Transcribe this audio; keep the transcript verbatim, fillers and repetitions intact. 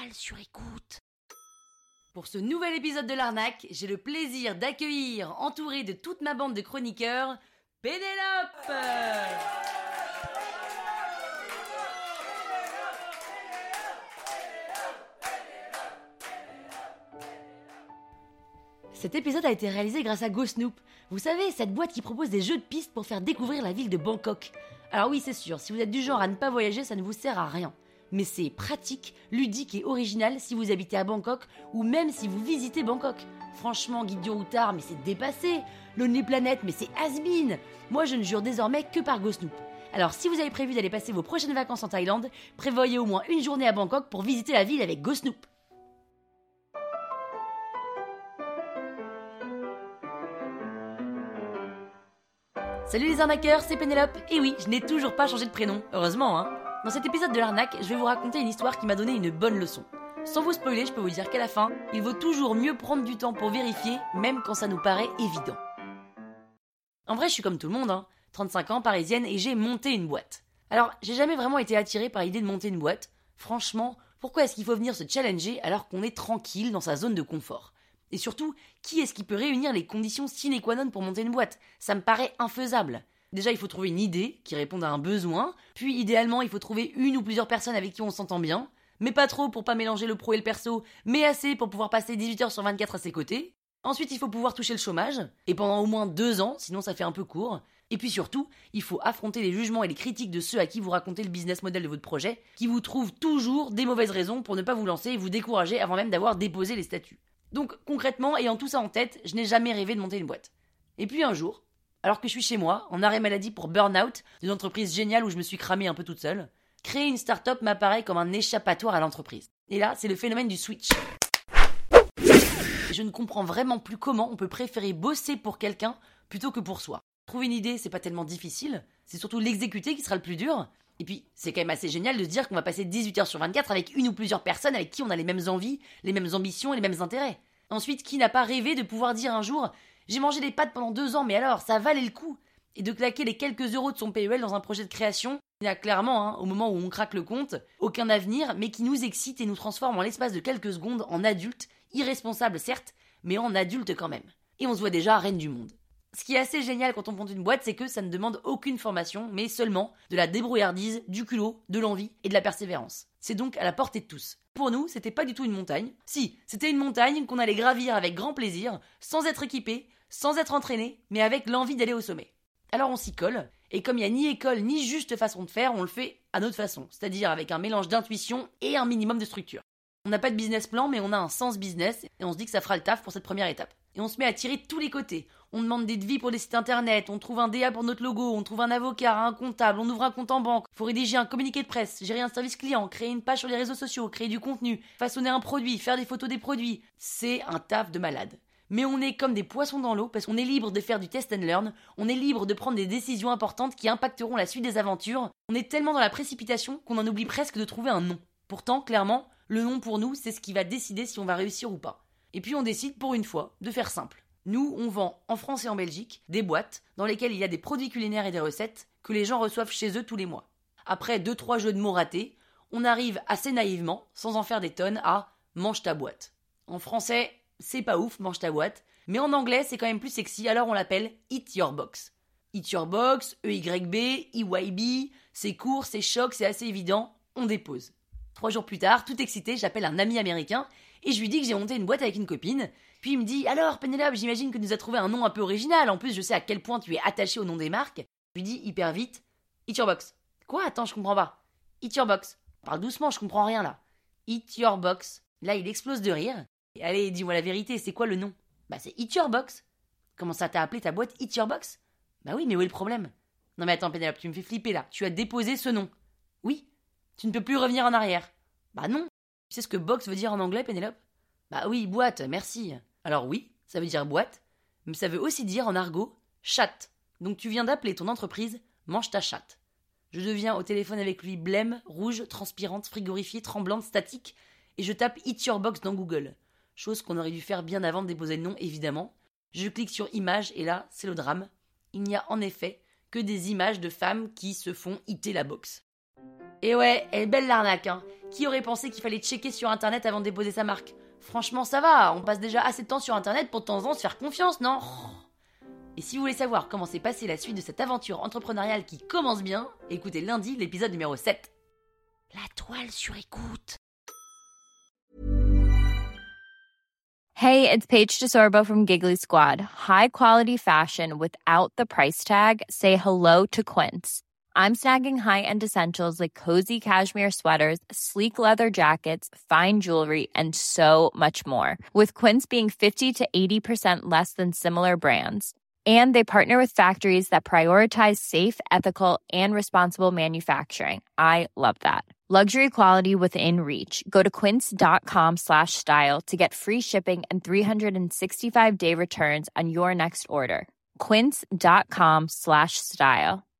étoiles sur écoute. Pour ce nouvel épisode de l'arnaque, j'ai le plaisir d'accueillir, entouré de toute ma bande de chroniqueurs, Pénélope. Cet épisode a été réalisé grâce à GoSnoop. Vous savez, cette boîte qui propose des jeux de pistes pour faire découvrir la ville de Bangkok. Alors oui, c'est sûr, si vous êtes du genre à ne pas voyager, ça ne vous sert à rien. Mais c'est pratique, ludique et original si vous habitez à Bangkok ou même si vous visitez Bangkok. Franchement, Guide du Routard, mais c'est dépassé. Lonely Planet, mais c'est has-been. Moi, je ne jure désormais que par GoSnoop. Alors si vous avez prévu d'aller passer vos prochaines vacances en Thaïlande, prévoyez au moins une journée à Bangkok pour visiter la ville avec GoSnoop. Salut les arnaqueurs, c'est Pénélope. Et oui, je n'ai toujours pas changé de prénom, heureusement hein. Dans cet épisode de l'arnaque, je vais vous raconter une histoire qui m'a donné une bonne leçon. Sans vous spoiler, je peux vous dire qu'à la fin, il vaut toujours mieux prendre du temps pour vérifier, même quand ça nous paraît évident. En vrai, je suis comme tout le monde, hein. trente-cinq ans, parisienne, et j'ai monté une boîte. Alors, j'ai jamais vraiment été attirée par l'idée de monter une boîte. Franchement, pourquoi est-ce qu'il faut venir se challenger alors qu'on est tranquille dans sa zone de confort ? Et surtout, qui est-ce qui peut réunir les conditions sine qua non pour monter une boîte ? Ça me paraît infaisable. Déjà, il faut trouver une idée qui réponde à un besoin, puis idéalement, il faut trouver une ou plusieurs personnes avec qui on s'entend bien, mais pas trop pour pas mélanger le pro et le perso, mais assez pour pouvoir passer dix-huit heures sur vingt-quatre à ses côtés. Ensuite, il faut pouvoir toucher le chômage, et pendant au moins deux ans, sinon ça fait un peu court. Et puis surtout, il faut affronter les jugements et les critiques de ceux à qui vous racontez le business model de votre projet, qui vous trouvent toujours des mauvaises raisons pour ne pas vous lancer et vous décourager avant même d'avoir déposé les statuts. Donc concrètement, ayant tout ça en tête, je n'ai jamais rêvé de monter une boîte. Et puis un jour, alors que je suis chez moi, en arrêt maladie pour burn-out, d'une entreprise géniale où je me suis cramée un peu toute seule, créer une start-up m'apparaît comme un échappatoire à l'entreprise. Et là, c'est le phénomène du switch. Je ne comprends vraiment plus comment on peut préférer bosser pour quelqu'un plutôt que pour soi. Trouver une idée, c'est pas tellement difficile, c'est surtout l'exécuter qui sera le plus dur. Et puis, c'est quand même assez génial de se dire qu'on va passer dix-huit heures sur vingt-quatre avec une ou plusieurs personnes avec qui on a les mêmes envies, les mêmes ambitions et les mêmes intérêts. Ensuite, qui n'a pas rêvé de pouvoir dire un jour « J'ai mangé des pâtes pendant deux ans, mais alors, ça valait le coup !» Et de claquer les quelques euros de son P E L dans un projet de création qui n'a clairement, hein, au moment où on craque le compte, aucun avenir, mais qui nous excite et nous transforme en l'espace de quelques secondes en adultes, irresponsables certes, mais en adultes quand même. Et on se voit déjà reine du monde. Ce qui est assez génial quand on monte une boîte, c'est que ça ne demande aucune formation, mais seulement de la débrouillardise, du culot, de l'envie et de la persévérance. C'est donc à la portée de tous. Pour nous, c'était pas du tout une montagne. Si, c'était une montagne qu'on allait gravir avec grand plaisir, sans être équipé, sans être entraîné, mais avec l'envie d'aller au sommet. Alors on s'y colle, et comme il n'y a ni école ni juste façon de faire, on le fait à notre façon, c'est-à-dire avec un mélange d'intuition et un minimum de structure. On n'a pas de business plan, mais on a un sens business, et on se dit que ça fera le taf pour cette première étape. Et on se met à tirer de tous les côtés. On demande des devis pour des sites internet, on trouve un D A pour notre logo, on trouve un avocat, un comptable, on ouvre un compte en banque, faut rédiger un communiqué de presse, gérer un service client, créer une page sur les réseaux sociaux, créer du contenu, façonner un produit, faire des photos des produits. C'est un taf de malade. Mais on est comme des poissons dans l'eau parce qu'on est libre de faire du test and learn, on est libre de prendre des décisions importantes qui impacteront la suite des aventures. On est tellement dans la précipitation qu'on en oublie presque de trouver un nom. Pourtant, clairement, le nom pour nous, c'est ce qui va décider si on va réussir ou pas. Et puis on décide pour une fois de faire simple. Nous, on vend en France et en Belgique des boîtes dans lesquelles il y a des produits culinaires et des recettes que les gens reçoivent chez eux tous les mois. Après deux trois jeux de mots ratés, on arrive assez naïvement, sans en faire des tonnes, à « mange ta boîte ». En français, c'est pas ouf, mange ta boîte, mais en anglais, c'est quand même plus sexy, alors on l'appelle « Eat Your Box ». Eat Your Box, E Y B, E Y B, c'est court, c'est choc, c'est assez évident, on dépose. Trois jours plus tard, tout excité, j'appelle un ami américain et je lui dis que j'ai monté une boîte avec une copine. Puis il me dit « Alors Pénélope, j'imagine que tu nous as trouvé un nom un peu original. En plus, je sais à quel point tu es attaché au nom des marques. » Je lui dis hyper vite « Eat Your Box ». « Quoi ? Attends, je comprends pas. »« Eat Your Box ». Parle doucement, je comprends rien là. « Eat Your Box ». Là, il explose de rire. Et allez, dis-moi la vérité, c'est quoi le nom ? Bah c'est Eat Your Box. Comment ça t'as appelé ta boîte Eat Your Box ? Bah oui, mais où est le problème ? Non mais attends Pénélope, tu me fais flipper là. Tu as déposé ce nom. Oui. Tu ne peux plus revenir en arrière. Bah non. Tu sais ce que box veut dire en anglais, Pénélope ? Bah oui, boîte, merci. Alors oui, ça veut dire boîte, mais ça veut aussi dire en argot chatte. Donc tu viens d'appeler ton entreprise mange ta chatte. Je deviens au téléphone avec lui blême, rouge, transpirante, frigorifiée, tremblante, statique, et je tape Eat Your Box dans Google. Chose qu'on aurait dû faire bien avant de déposer le nom, évidemment. Je clique sur images et là, c'est le drame. Il n'y a en effet que des images de femmes qui se font eater la box. Et ouais, elle est belle l'arnaque, hein. Qui aurait pensé qu'il fallait checker sur internet avant de déposer sa marque? Franchement, ça va, on passe déjà assez de temps sur internet pour de temps en temps se faire confiance, non? Et si vous voulez savoir comment s'est passée la suite de cette aventure entrepreneuriale qui commence bien, écoutez lundi l'épisode numéro sept. La toile sur écoute. Hey, it's Paige DeSorbo from Giggly Squad. High quality fashion without the price tag. Say hello to Quince. I'm snagging high-end essentials like cozy cashmere sweaters, sleek leather jackets, fine jewelry, and so much more. With Quince being fifty to eighty percent less than similar brands. And they partner with factories that prioritize safe, ethical, and responsible manufacturing. I love that. Luxury quality within reach. Go to quince.com slash style to get free shipping and three sixty-five day returns on your next order. Quince.com slash style.